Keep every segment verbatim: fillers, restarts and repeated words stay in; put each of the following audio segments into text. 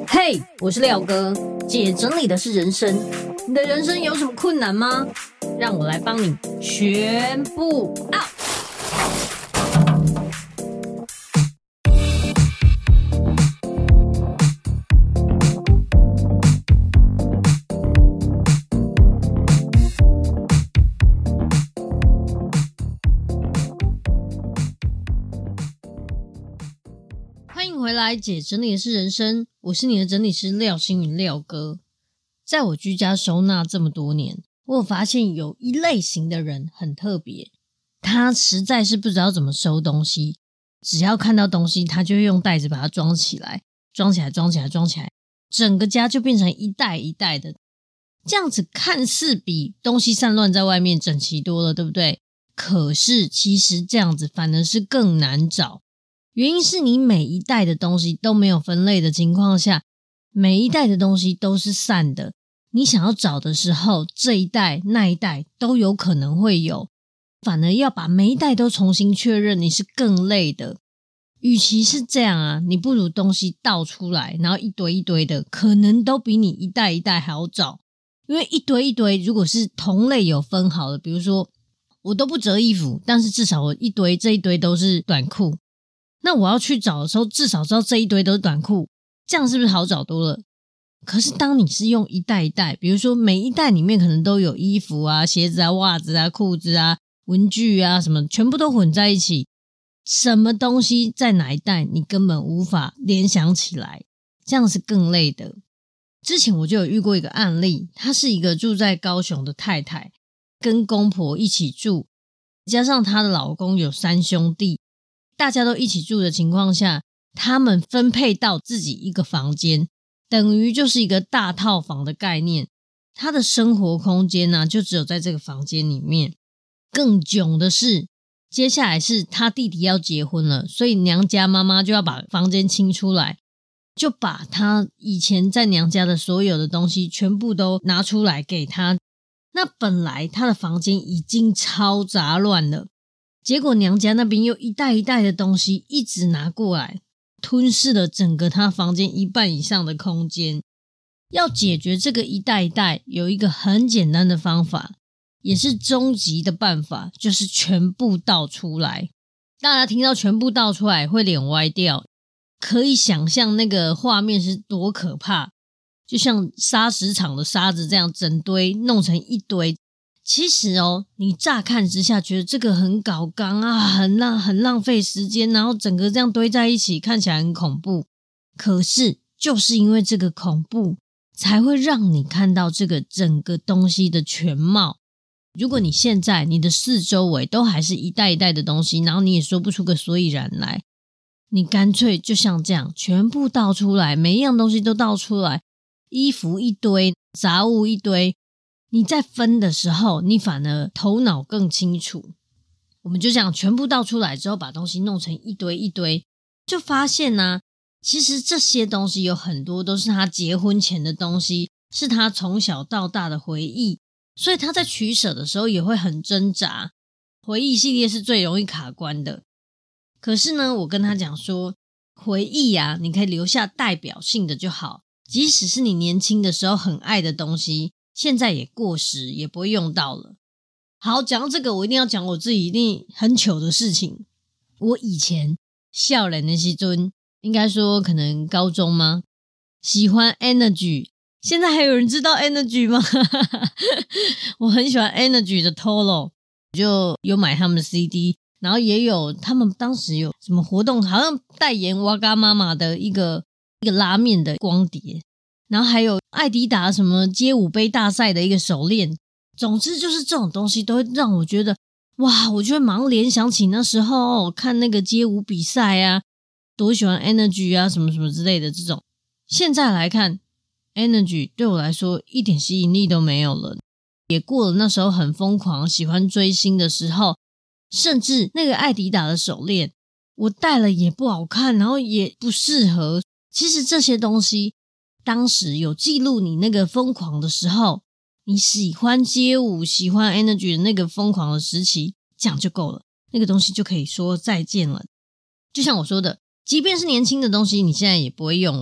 嘿，我是廖哥，姐整理的是人生。你的人生有什么困难吗？让我来帮你全部 out。欢迎回来，姐整理的是人生，我是你的整理师廖星云廖哥。在我居家收纳这么多年，我有发现有一类型的人很特别，他实在是不知道怎么收东西，只要看到东西他就会用袋子把它装起来，装起来装起来装起来，整个家就变成一袋一袋的。这样子看似比东西散乱在外面整齐多了，对不对？可是其实这样子反而是更难找。原因是你每一袋的东西都没有分类的情况下，每一袋的东西都是散的，你想要找的时候，这一袋那一袋都有可能会有，反而要把每一袋都重新确认，你是更累的。与其是这样啊，你不如东西倒出来，然后一堆一堆的，可能都比你一袋一袋还好找。因为一堆一堆，如果是同类有分好的，比如说我都不折衣服，但是至少我一堆这一堆都是短裤，那我要去找的时候，至少知道这一堆都是短裤，这样是不是好找多了？可是当你是用一袋一袋，比如说每一袋里面可能都有衣服啊、鞋子啊、袜子啊、裤子啊、文具啊什么，全部都混在一起，什么东西在哪一袋你根本无法联想起来，这样是更累的。之前我就有遇过一个案例，她是一个住在高雄的太太，跟公婆一起住，加上她的老公有三兄弟，大家都一起住的情况下，他们分配到自己一个房间，等于就是一个大套房的概念。他的生活空间呢、啊，就只有在这个房间里面。更囧的是，接下来是他弟弟要结婚了，所以娘家妈妈就要把房间清出来，就把他以前在娘家的所有的东西全部都拿出来给他。那本来他的房间已经超杂乱了，结果娘家那边又一袋一袋的东西一直拿过来，吞噬了整个他房间一半以上的空间。要解决这个一袋一袋，有一个很简单的方法，也是终极的办法，就是全部倒出来。大家听到全部倒出来会脸歪掉，可以想象那个画面是多可怕，就像砂石场的沙子这样整堆弄成一堆。其实哦，你乍看之下觉得这个很搞纲啊，很浪很浪费时间，然后整个这样堆在一起看起来很恐怖。可是就是因为这个恐怖，才会让你看到这个整个东西的全貌。如果你现在你的四周围都还是一袋一袋的东西，然后你也说不出个所以然来，你干脆就像这样全部倒出来，每一样东西都倒出来，衣服一堆，杂物一堆，你在分的时候，你反而头脑更清楚。我们就这样全部倒出来之后，把东西弄成一堆一堆，就发现啊，其实这些东西有很多都是他结婚前的东西，是他从小到大的回忆，所以他在取舍的时候也会很挣扎。回忆系列是最容易卡关的。可是呢，我跟他讲说，回忆啊，你可以留下代表性的就好，即使是你年轻的时候很爱的东西，现在也过时，也不会用到了。好，讲到这个，我一定要讲我自己一定很糗的事情。我以前少年的时候，应该说可能高中吗？喜欢 Energy， 现在还有人知道 Energy 吗？我很喜欢 Energy 的 Toro， 就有买他们的 C D， 然后也有他们当时有什么活动，好像代言哇嘎妈妈的一个一个拉面的光碟。然后还有艾迪达什么街舞杯大赛的一个手链，总之就是这种东西都会让我觉得哇，我就会马上联想起那时候看那个街舞比赛啊，多喜欢 Energy 啊什么什么之类的这种。现在来看 Energy 对我来说一点吸引力都没有了，也过了那时候很疯狂喜欢追星的时候，甚至那个艾迪达的手链我戴了也不好看，然后也不适合。其实这些东西当时有记录你那个疯狂的时候，你喜欢街舞喜欢 Energy 的那个疯狂的时期，这样就够了，那个东西就可以说再见了。就像我说的，即便是年轻的东西你现在也不会用了，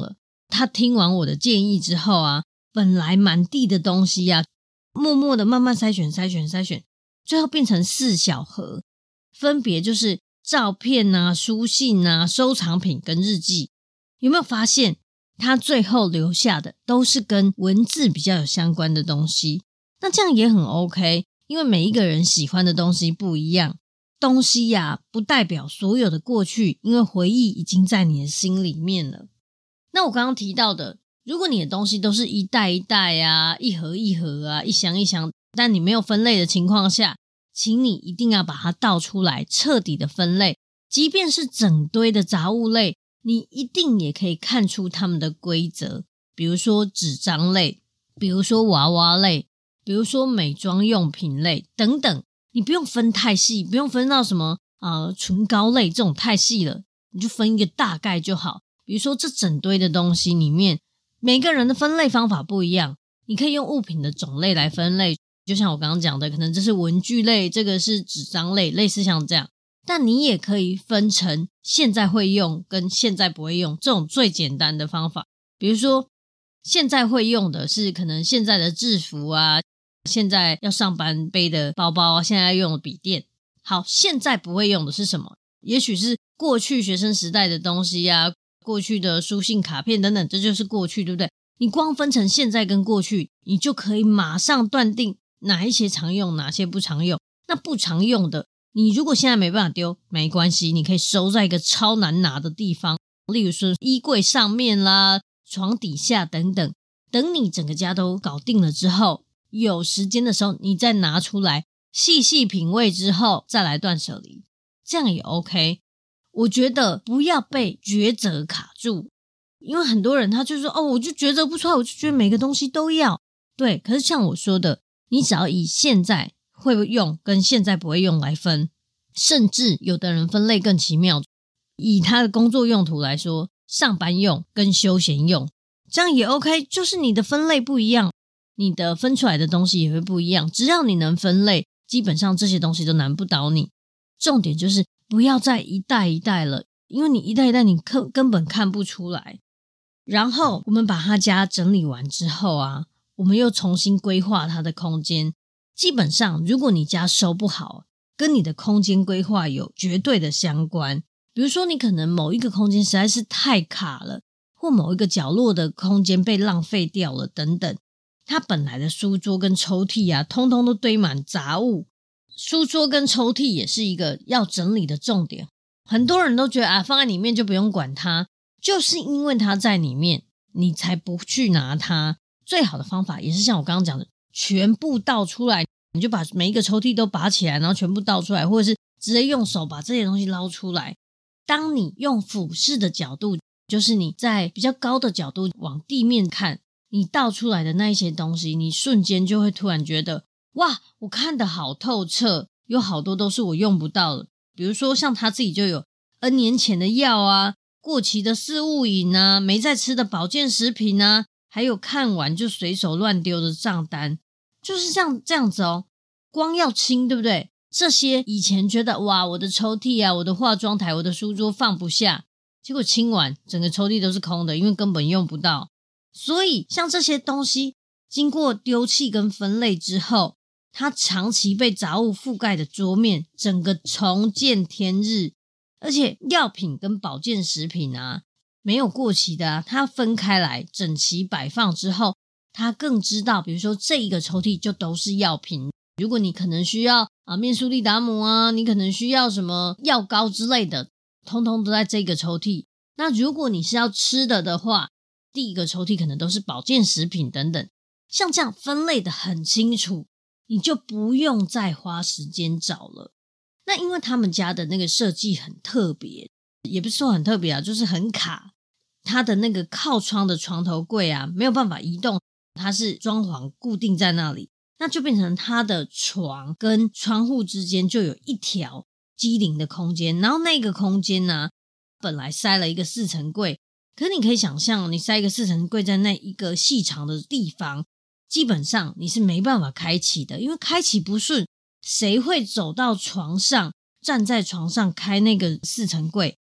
他听完我的建议之后啊，本来满地的东西啊，默默的慢慢筛选筛选筛选，最后变成四小盒，分别就是照片啊、书信啊、收藏品跟日记。有没有发现他最后留下的都是跟文字比较有相关的东西？那这样也很 OK， 因为每一个人喜欢的东西不一样，东西呀、啊、不代表所有的过去，因为回忆已经在你的心里面了。那我刚刚提到的，如果你的东西都是一袋一袋啊、一盒一盒啊、一箱一箱，但你没有分类的情况下，请你一定要把它倒出来，彻底的分类。即便是整堆的杂物类，你一定也可以看出它们的规则，比如说纸张类，比如说娃娃类，比如说美妆用品类等等。你不用分太细，不用分到什么呃唇膏类这种太细了，你就分一个大概就好。比如说这整堆的东西里面，每个人的分类方法不一样，你可以用物品的种类来分类，就像我刚刚讲的，可能这是文具类，这个是纸张类，类似像这样。但你也可以分成现在会用跟现在不会用，这种最简单的方法。比如说现在会用的是可能现在的制服啊，现在要上班背的包包啊，现在要用的笔电。好，现在不会用的是什么？也许是过去学生时代的东西啊，过去的书信卡片等等，这就是过去，对不对？你光分成现在跟过去，你就可以马上断定哪一些常用，哪些不常用。那不常用的，你如果现在没办法丢，没关系，你可以收在一个超难拿的地方，例如说衣柜上面啦、床底下等等。等你整个家都搞定了之后，有时间的时候你再拿出来细细品味之后再来断舍离，这样也 OK。 我觉得不要被抉择卡住，因为很多人他就说哦，我就抉择不出来，我就觉得每个东西都要。对，可是像我说的，你只要以现在会用跟现在不会用来分，甚至有的人分类更奇妙，以他的工作用途来说，上班用跟休闲用，这样也 OK， 就是你的分类不一样，你的分出来的东西也会不一样。只要你能分类，基本上这些东西都难不倒你。重点就是不要再一袋一袋了，因为你一袋一袋你根本看不出来。然后我们把他家整理完之后啊，我们又重新规划它的空间。基本上如果你家收不好，跟你的空间规划有绝对的相关。比如说你可能某一个空间实在是太卡了，或某一个角落的空间被浪费掉了等等，它本来的书桌跟抽屉啊，通通都堆满杂物。书桌跟抽屉也是一个要整理的重点。很多人都觉得啊，放在里面就不用管它，就是因为它在里面，你才不去拿它。最好的方法也是像我刚刚讲的，全部倒出来，你就把每一个抽屉都拔起来，然后全部倒出来，或者是直接用手把这些东西捞出来。当你用俯视的角度，就是你在比较高的角度往地面看，你倒出来的那一些东西，你瞬间就会突然觉得哇，我看得好透彻，有好多都是我用不到的。比如说像他自己就有 N 年前的药啊，过期的四物饮啊，没在吃的保健食品啊，还有看完就随手乱丢的账单，就是这样这样子哦。光要清，对不对？这些以前觉得哇，我的抽屉啊，我的化妆台，我的书桌放不下，结果清完整个抽屉都是空的，因为根本用不到。所以像这些东西经过丢弃跟分类之后，它长期被杂物覆盖的桌面整个重见天日。而且药品跟保健食品啊，没有过期的啊，它分开来整齐摆放之后，它更知道比如说这一个抽屉就都是药品，如果你可能需要啊面舒利达姆啊，你可能需要什么药膏之类的，通通都在这个抽屉。那如果你是要吃的的话，第一个抽屉可能都是保健食品等等。像这样分类的很清楚，你就不用再花时间找了。那因为他们家的那个设计很特别，也不是说很特别啊，就是很卡。它的那个靠窗的床头柜啊，没有办法移动，它是装潢固定在那里，那就变成它的床跟窗户之间就有一条机灵的空间。然后那个空间呢、啊，本来塞了一个四层柜，可是你可以想象，你塞一个四层柜在那一个细长的地方，基本上你是没办法开启的，因为开启不顺，谁会走到床上，站在床上开那个四层柜？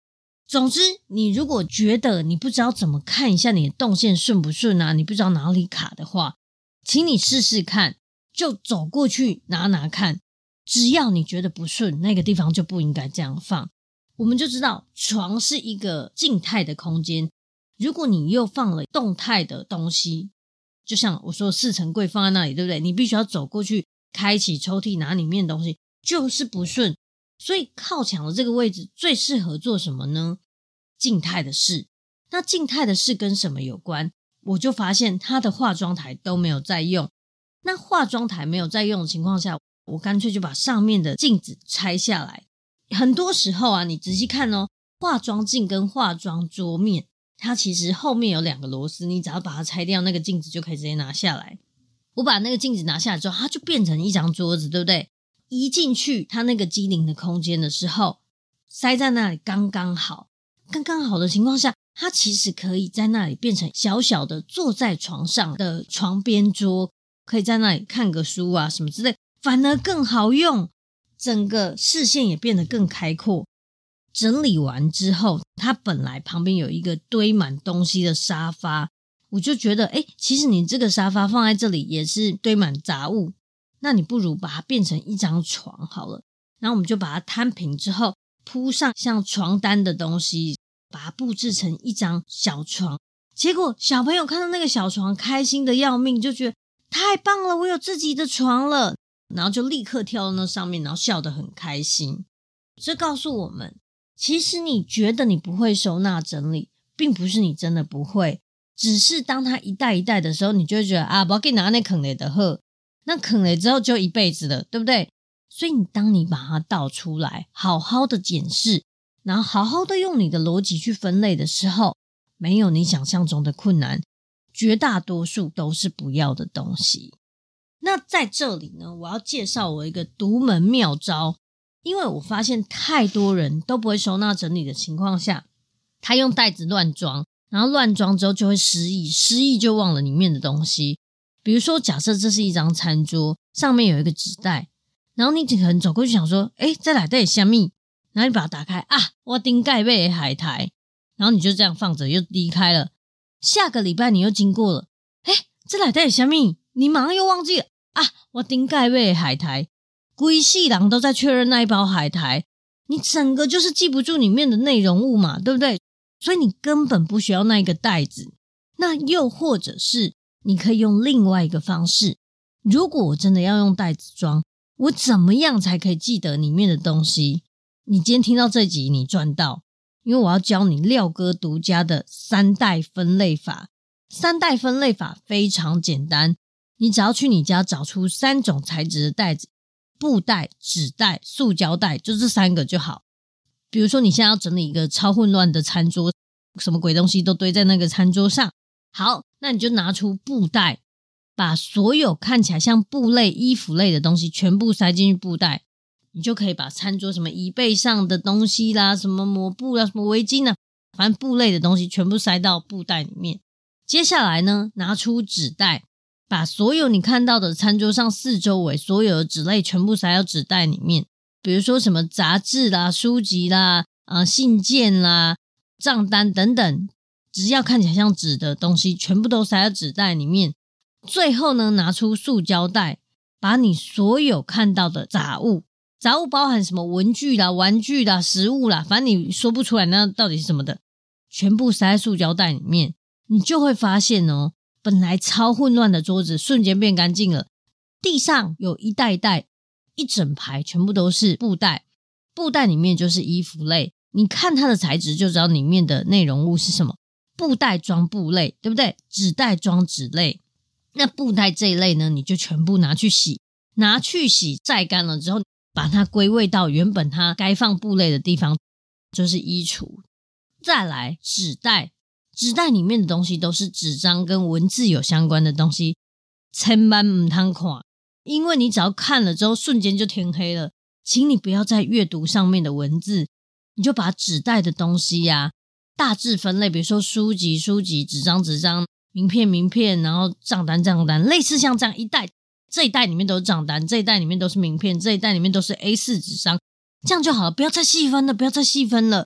总之，你如果觉得你不知道怎么看一下你的动线顺不顺啊，你不知道哪里卡的话，请你试试看，就走过去拿拿看，只要你觉得不顺，那个地方就不应该这样放。我们就知道床是一个静态的空间，如果你又放了动态的东西，就像我说四层柜放在那里，对不对？你必须要走过去开启抽屉拿里面的东西，就是不顺。所以靠墙的这个位置最适合做什么呢？静态的事。那静态的事跟什么有关？我就发现他的化妆台都没有在用。那化妆台没有在用的情况下，我干脆就把上面的镜子拆下来。很多时候啊，你仔细看哦，化妆镜跟化妆桌面，它其实后面有两个螺丝，你只要把它拆掉，那个镜子就可以直接拿下来。我把那个镜子拿下来之后，它就变成一张桌子，对不对？移进去它那个机灵的空间的时候，塞在那里刚刚好。刚刚好的情况下，它其实可以在那里变成小小的坐在床上的床边桌，可以在那里看个书啊什么之类，反而更好用，整个视线也变得更开阔。整理完之后，它本来旁边有一个堆满东西的沙发，我就觉得诶，其实你这个沙发放在这里也是堆满杂物，那你不如把它变成一张床好了。然后我们就把它摊平之后，铺上像床单的东西，把它布置成一张小床。结果小朋友看到那个小床开心的要命，就觉得太棒了，我有自己的床了，然后就立刻跳到那上面，然后笑得很开心。这告诉我们，其实你觉得你不会收纳整理，并不是你真的不会，只是当它一袋一袋的时候，你就会觉得啊，不要给你拿那坑雷的喝，那坑雷之后就一辈子了，对不对？所以你当你把它倒出来，好好的检视，然后好好的用你的逻辑去分类的时候，没有你想象中的困难，绝大多数都是不要的东西。那在这里呢，我要介绍我一个独门妙招，因为我发现太多人都不会收纳整理的情况下，他用袋子乱装，然后乱装之后就会失忆，失忆就忘了里面的东西。比如说假设这是一张餐桌，上面有一个纸袋，然后你可能走过去想说诶，这里底有什么，然后你把它打开啊，我顶盖买的海苔，然后你就这样放着又离开了。下个礼拜你又经过了，诶，这里底有什么，你马上又忘记了啊，我顶盖买的海苔，规世人都在确认那一包海苔，你整个就是记不住里面的内容物嘛，对不对？所以你根本不需要那一个袋子。那又或者是你可以用另外一个方式，如果我真的要用袋子装，我怎么样才可以记得里面的东西？你今天听到这集你赚到，因为我要教你廖哥独家的三袋分类法。三袋分类法非常简单，你只要去你家找出三种材质的袋子，布袋、纸袋、塑胶袋，就这三个就好。比如说你现在要整理一个超混乱的餐桌，什么鬼东西都堆在那个餐桌上，好，那你就拿出布袋，把所有看起来像布类、衣服类的东西全部塞进去布袋，你就可以把餐桌什么椅背上的东西啦，什么抹布啦，什么围巾啊，反正布类的东西全部塞到布袋里面。接下来呢，拿出纸袋，把所有你看到的餐桌上四周围所有的纸类全部塞到纸袋里面。比如说什么杂志啦、书籍啦、呃、信件啦、账单等等，只要看起来像纸的东西全部都塞到纸袋里面。最后呢，拿出塑胶袋，把你所有看到的杂物，杂物包含什么文具啦、玩具啦、食物啦，反正你说不出来那到底是什么的，全部塞在塑胶袋里面。你就会发现哦，本来超混乱的桌子瞬间变干净了，地上有一袋一袋，一整排全部都是布袋，布袋里面就是衣服类，你看它的材质就知道里面的内容物是什么，布袋装布类，对不对？纸袋装纸类。那布袋这一类呢，你就全部拿去洗，拿去洗晒干了之后，把它归位到原本它该放布类的地方，就是衣橱。再来纸袋，纸袋里面的东西都是纸张跟文字有相关的东西，千万不能看，因为你只要看了之后瞬间就天黑了，请你不要再阅读上面的文字，你就把纸袋的东西啊大致分类，比如说书籍书籍、纸张纸张、名片名片，然后账单账单，类似像这样一袋，这一袋里面都是账单，这一袋里面都是名片，这一袋里面都是 A 四 纸张，这样就好了，不要再细分了不要再细分了。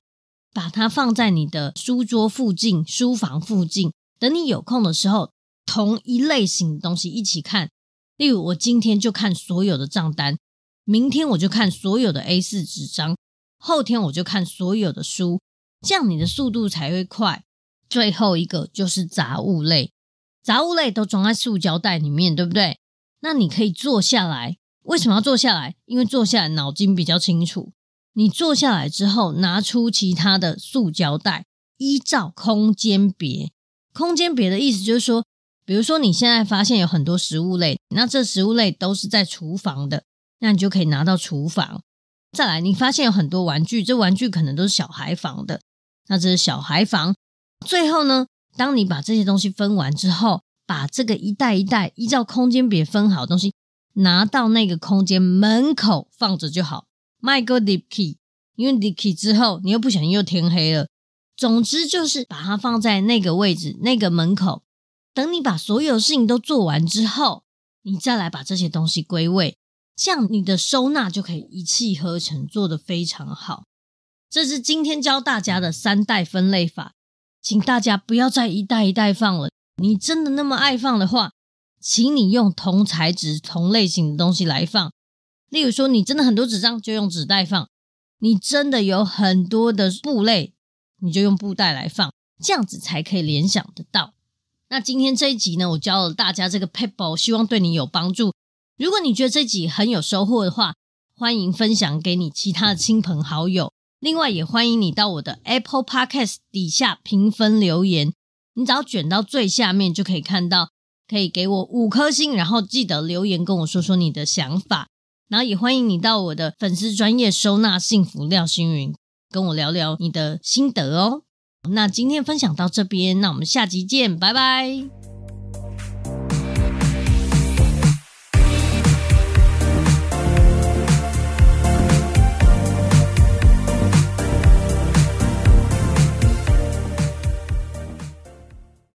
把它放在你的书桌附近、书房附近，等你有空的时候，同一类型的东西一起看。例如我今天就看所有的账单，明天我就看所有的 A 四 纸张，后天我就看所有的书，这样你的速度才会快。最后一个就是杂物类，杂物类都装在塑胶袋里面，对不对？那你可以坐下来，为什么要坐下来？因为坐下来脑筋比较清楚。你坐下来之后，拿出其他的塑胶袋，依照空间别。空间别的意思就是说，比如说你现在发现有很多食物类，那这食物类都是在厨房的，那你就可以拿到厨房。再来，你发现有很多玩具，这玩具可能都是小孩房的，那这是小孩房。最后呢，当你把这些东西分完之后，把这个一袋一袋依照空间别分好的东西拿到那个空间门口放着就好，卖个 deep key， 因为 deep key 之后你又不小心又天黑了。总之就是把它放在那个位置，那个门口，等你把所有事情都做完之后，你再来把这些东西归位，这样你的收纳就可以一气呵成，做得非常好。这是今天教大家的三袋分类法，请大家不要再一袋一袋放了，你真的那么爱放的话，请你用同材质同类型的东西来放。例如说你真的很多纸张就用纸袋放，你真的有很多的布类你就用布袋来放，这样子才可以联想得到。那今天这一集呢，我教了大家这个 Pebble， 希望对你有帮助。如果你觉得这集很有收获的话，欢迎分享给你其他的亲朋好友。另外也欢迎你到我的 Apple Podcast 底下评分留言，你只要卷到最下面就可以看到，可以给我五颗星，然后记得留言跟我说说你的想法。然后也欢迎你到我的粉丝专页收纳幸福廖星云，跟我聊聊你的心得哦。那今天分享到这边，那我们下集见，拜拜。